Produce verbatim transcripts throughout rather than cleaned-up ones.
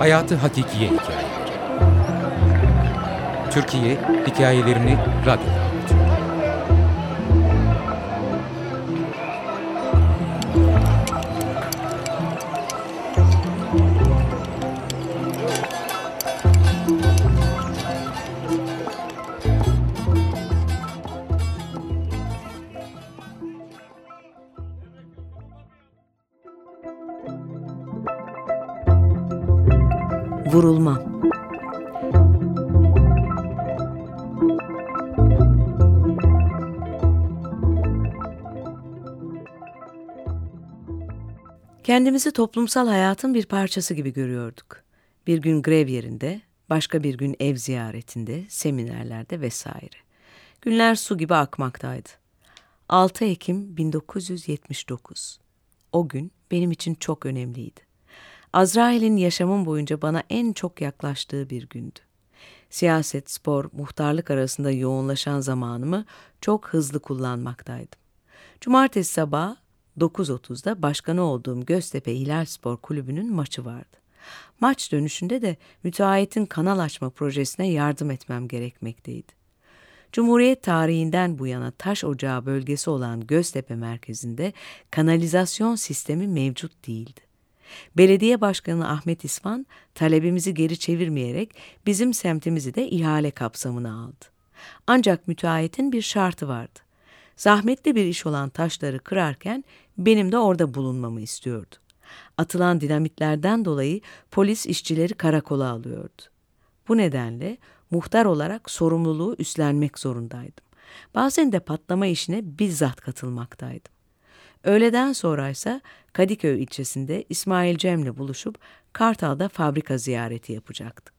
Hayatı Hakikiye Hikayeleri. Türkiye hikayelerini radyoda anlatıyor. Vurulma. Kendimizi toplumsal hayatın bir parçası gibi görüyorduk. Bir gün grev yerinde, başka bir gün ev ziyaretinde, seminerlerde vesaire. Günler su gibi akmaktaydı. altı Ekim bin dokuz yüz yetmiş dokuz. O gün benim için çok önemliydi. Azrail'in yaşamım boyunca bana en çok yaklaştığı bir gündü. Siyaset, spor, muhtarlık arasında yoğunlaşan zamanımı çok hızlı kullanmaktaydım. Cumartesi sabahı dokuz otuzda başkanı olduğum Göztepe Hilal Spor Kulübü'nün maçı vardı. Maç dönüşünde de müteahhitin kanal açma projesine yardım etmem gerekmekteydi. Cumhuriyet tarihinden bu yana taş ocağı bölgesi olan Göztepe merkezinde kanalizasyon sistemi mevcut değildi. Belediye Başkanı Ahmet İsvan talebimizi geri çevirmeyerek bizim semtimizi de ihale kapsamına aldı. Ancak müteahhitin bir şartı vardı. Zahmetli bir iş olan taşları kırarken benim de orada bulunmamı istiyordu. Atılan dinamitlerden dolayı polis işçileri karakola alıyordu. Bu nedenle muhtar olarak sorumluluğu üstlenmek zorundaydım. Bazen de patlama işine bizzat katılmaktaydım. Öğleden sonraysa Kadıköy ilçesinde İsmail Cem'le buluşup Kartal'da fabrika ziyareti yapacaktık.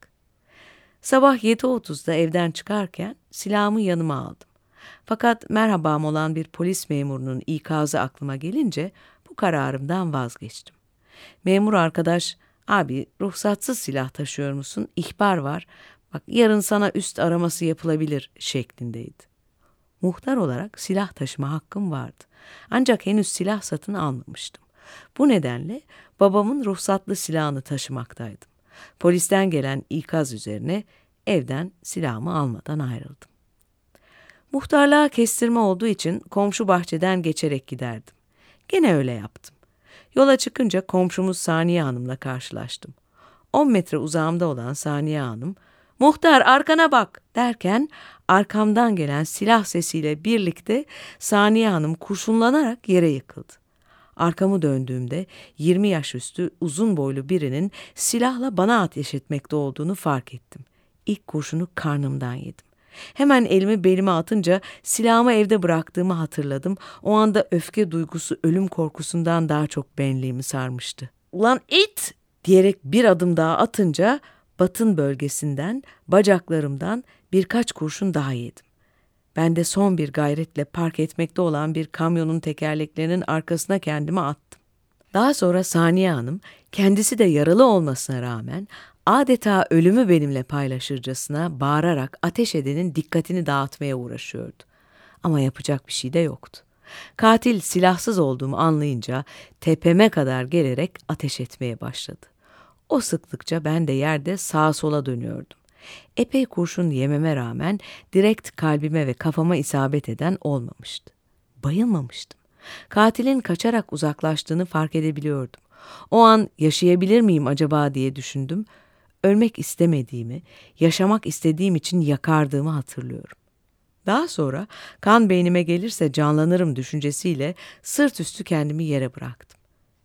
Sabah yedi otuzda evden çıkarken silahımı yanıma aldım. Fakat merhabam olan bir polis memurunun ikazı aklıma gelince bu kararımdan vazgeçtim. Memur arkadaş, "Abi ruhsatsız silah taşıyor musun? İhbar var. Bak yarın sana üst araması yapılabilir" şeklindeydi. Muhtar olarak silah taşıma hakkım vardı. Ancak henüz silah satın almamıştım. Bu nedenle babamın ruhsatlı silahını taşımaktaydım. Polisten gelen ikaz üzerine evden silahımı almadan ayrıldım. Muhtarlığa kestirme olduğu için komşu bahçeden geçerek giderdim. Gene öyle yaptım. Yola çıkınca komşumuz Saniye Hanım'la karşılaştım. On metre uzağımda olan Saniye Hanım, "Muhtar arkana bak" derken arkamdan gelen silah sesiyle birlikte Saniye Hanım kurşunlanarak yere yıkıldı. Arkamı döndüğümde yirmi yaş üstü uzun boylu birinin silahla bana ateş etmekte olduğunu fark ettim. İlk kurşunu karnımdan yedim. Hemen elimi belime atınca silahımı evde bıraktığımı hatırladım. O anda öfke duygusu ölüm korkusundan daha çok benliğimi sarmıştı. "Ulan it!" diyerek bir adım daha atınca batın bölgesinden, bacaklarımdan birkaç kurşun daha yedim. Ben de son bir gayretle park etmekte olan bir kamyonun tekerleklerinin arkasına kendimi attım. Daha sonra Saniye Hanım kendisi de yaralı olmasına rağmen adeta ölümü benimle paylaşırcasına bağırarak ateş edenin dikkatini dağıtmaya uğraşıyordu. Ama yapacak bir şey de yoktu. Katil silahsız olduğumu anlayınca tepeme kadar gelerek ateş etmeye başladı. O sıklıkça ben de yerde sağa sola dönüyordum. Epey kurşun yememe rağmen direkt kalbime ve kafama isabet eden olmamıştı. Bayılmamıştım. Katilin kaçarak uzaklaştığını fark edebiliyordum. O an yaşayabilir miyim acaba diye düşündüm. Ölmek istemediğimi, yaşamak istediğim için yakardığımı hatırlıyorum. Daha sonra kan beynime gelirse canlanırım düşüncesiyle sırt üstü kendimi yere bıraktım.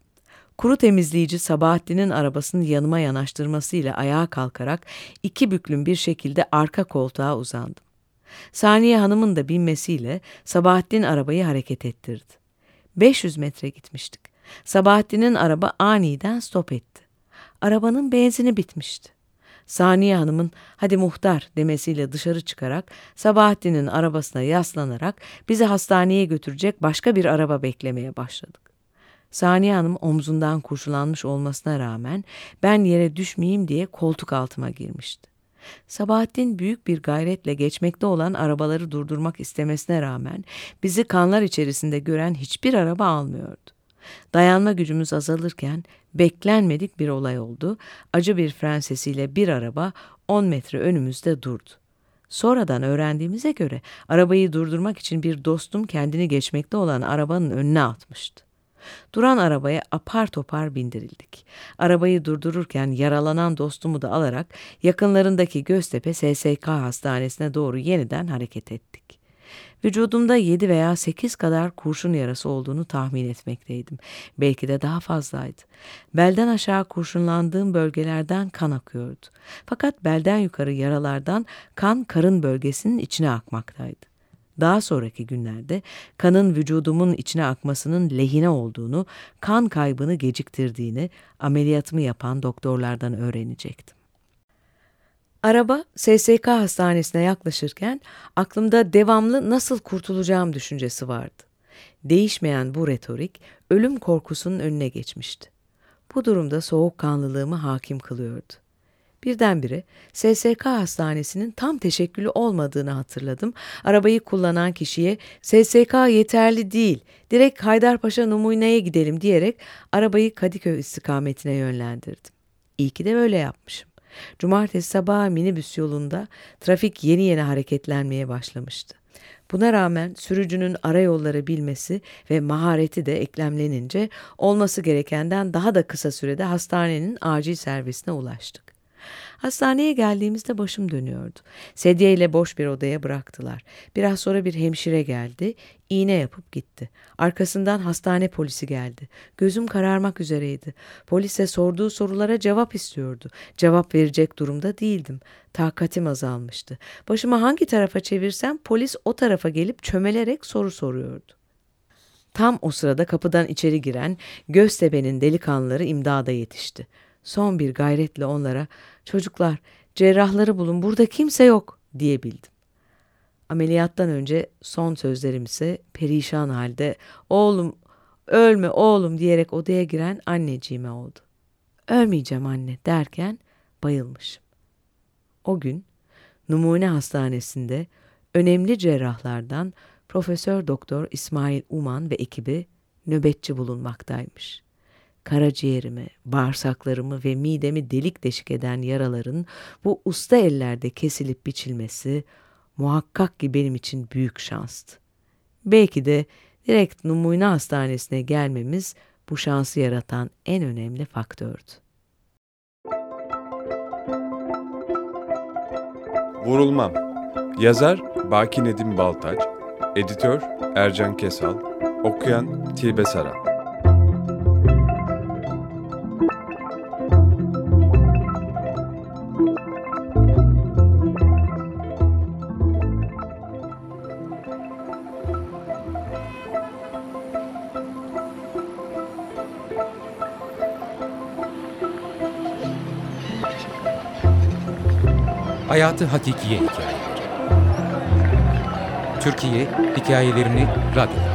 Kuru temizleyici Sabahattin'in arabasını yanıma yanaştırmasıyla ayağa kalkarak iki büklüm bir şekilde arka koltuğa uzandım. Saniye Hanım'ın da binmesiyle Sabahattin arabayı hareket ettirdi. beş yüz metre gitmiştik. Sabahattin'in araba aniden stop etti. Arabanın benzini bitmişti. Saniye Hanım'ın "Hadi muhtar" demesiyle dışarı çıkarak Sabahattin'in arabasına yaslanarak bizi hastaneye götürecek başka bir araba beklemeye başladık. Saniye Hanım omzundan kurşulanmış olmasına rağmen ben yere düşmeyeyim diye koltuk altıma girmişti. Sabahattin büyük bir gayretle geçmekte olan arabaları durdurmak istemesine rağmen bizi kanlar içerisinde gören hiçbir araba almıyordu. Dayanma gücümüz azalırken beklenmedik bir olay oldu. Acı bir fren sesiyle bir araba on metre önümüzde durdu. Sonradan öğrendiğimize göre arabayı durdurmak için bir dostum kendini geçmekte olan arabanın önüne atmıştı. Duran arabaya apar topar bindirildik. Arabayı durdururken yaralanan dostumu da alarak yakınlarındaki Göztepe S S K hastanesine doğru yeniden hareket ettik. Vücudumda yedi veya sekiz kadar kurşun yarası olduğunu tahmin etmekteydim. Belki de daha fazlaydı. Belden aşağı kurşunlandığım bölgelerden kan akıyordu. Fakat belden yukarı yaralardan kan karın bölgesinin içine akmaktaydı. Daha sonraki günlerde kanın vücudumun içine akmasının lehine olduğunu, kan kaybını geciktirdiğini ameliyatımı yapan doktorlardan öğrenecektim. Araba S S K hastanesine yaklaşırken aklımda devamlı nasıl kurtulacağım düşüncesi vardı. Değişmeyen bu retorik ölüm korkusunun önüne geçmişti. Bu durumda soğukkanlılığımı hakim kılıyordu. Birdenbire S S K hastanesinin tam teşekküllü olmadığını hatırladım. Arabayı kullanan kişiye S S K yeterli değil, direkt Haydarpaşa Numune'ye gidelim diyerek arabayı Kadıköy istikametine yönlendirdim. İyi ki de böyle yapmışım. Cumartesi sabahı minibüs yolunda trafik yeni yeni hareketlenmeye başlamıştı. Buna rağmen sürücünün arayolları bilmesi ve mahareti de eklemlenince olması gerekenden daha da kısa sürede hastanenin acil servisine ulaştık. Hastaneye geldiğimizde başım dönüyordu. Sedyeyle boş bir odaya bıraktılar. Biraz sonra bir hemşire geldi, iğne yapıp gitti. Arkasından hastane polisi geldi. Gözüm kararmak üzereydi. Polise sorduğu sorulara cevap istiyordu. Cevap verecek durumda değildim. Takatim azalmıştı. Başımı hangi tarafa çevirsem polis o tarafa gelip çömelerek soru soruyordu. Tam o sırada kapıdan içeri giren Göztepe'nin delikanlıları imdada yetişti. Son bir gayretle onlara "Çocuklar, cerrahları bulun, burada kimse yok," diyebildim. Ameliyattan önce son sözlerim ise perişan halde "Oğlum, ölme oğlum," diyerek odaya giren anneciğime oldu. "Ölmeyeceğim anne," derken bayılmışım. O gün Numune Hastanesi'nde önemli cerrahlardan Profesör Doktor İsmail Uman ve ekibi nöbetçi bulunmaktaymış. Karaciğerimi, bağırsaklarımı ve midemi delik deşik eden yaraların bu usta ellerde kesilip biçilmesi muhakkak ki benim için büyük şanstı. Belki de direkt Numune Hastanesi'ne gelmemiz bu şansı yaratan en önemli faktördü. Vurulmam. Yazar Baki Nedim Baltaç, editör Ercan Kesal, okuyan Tilbe Saran. Hayatı Hakikiye Hikayeleri. Türkiye hikayelerini radyoda.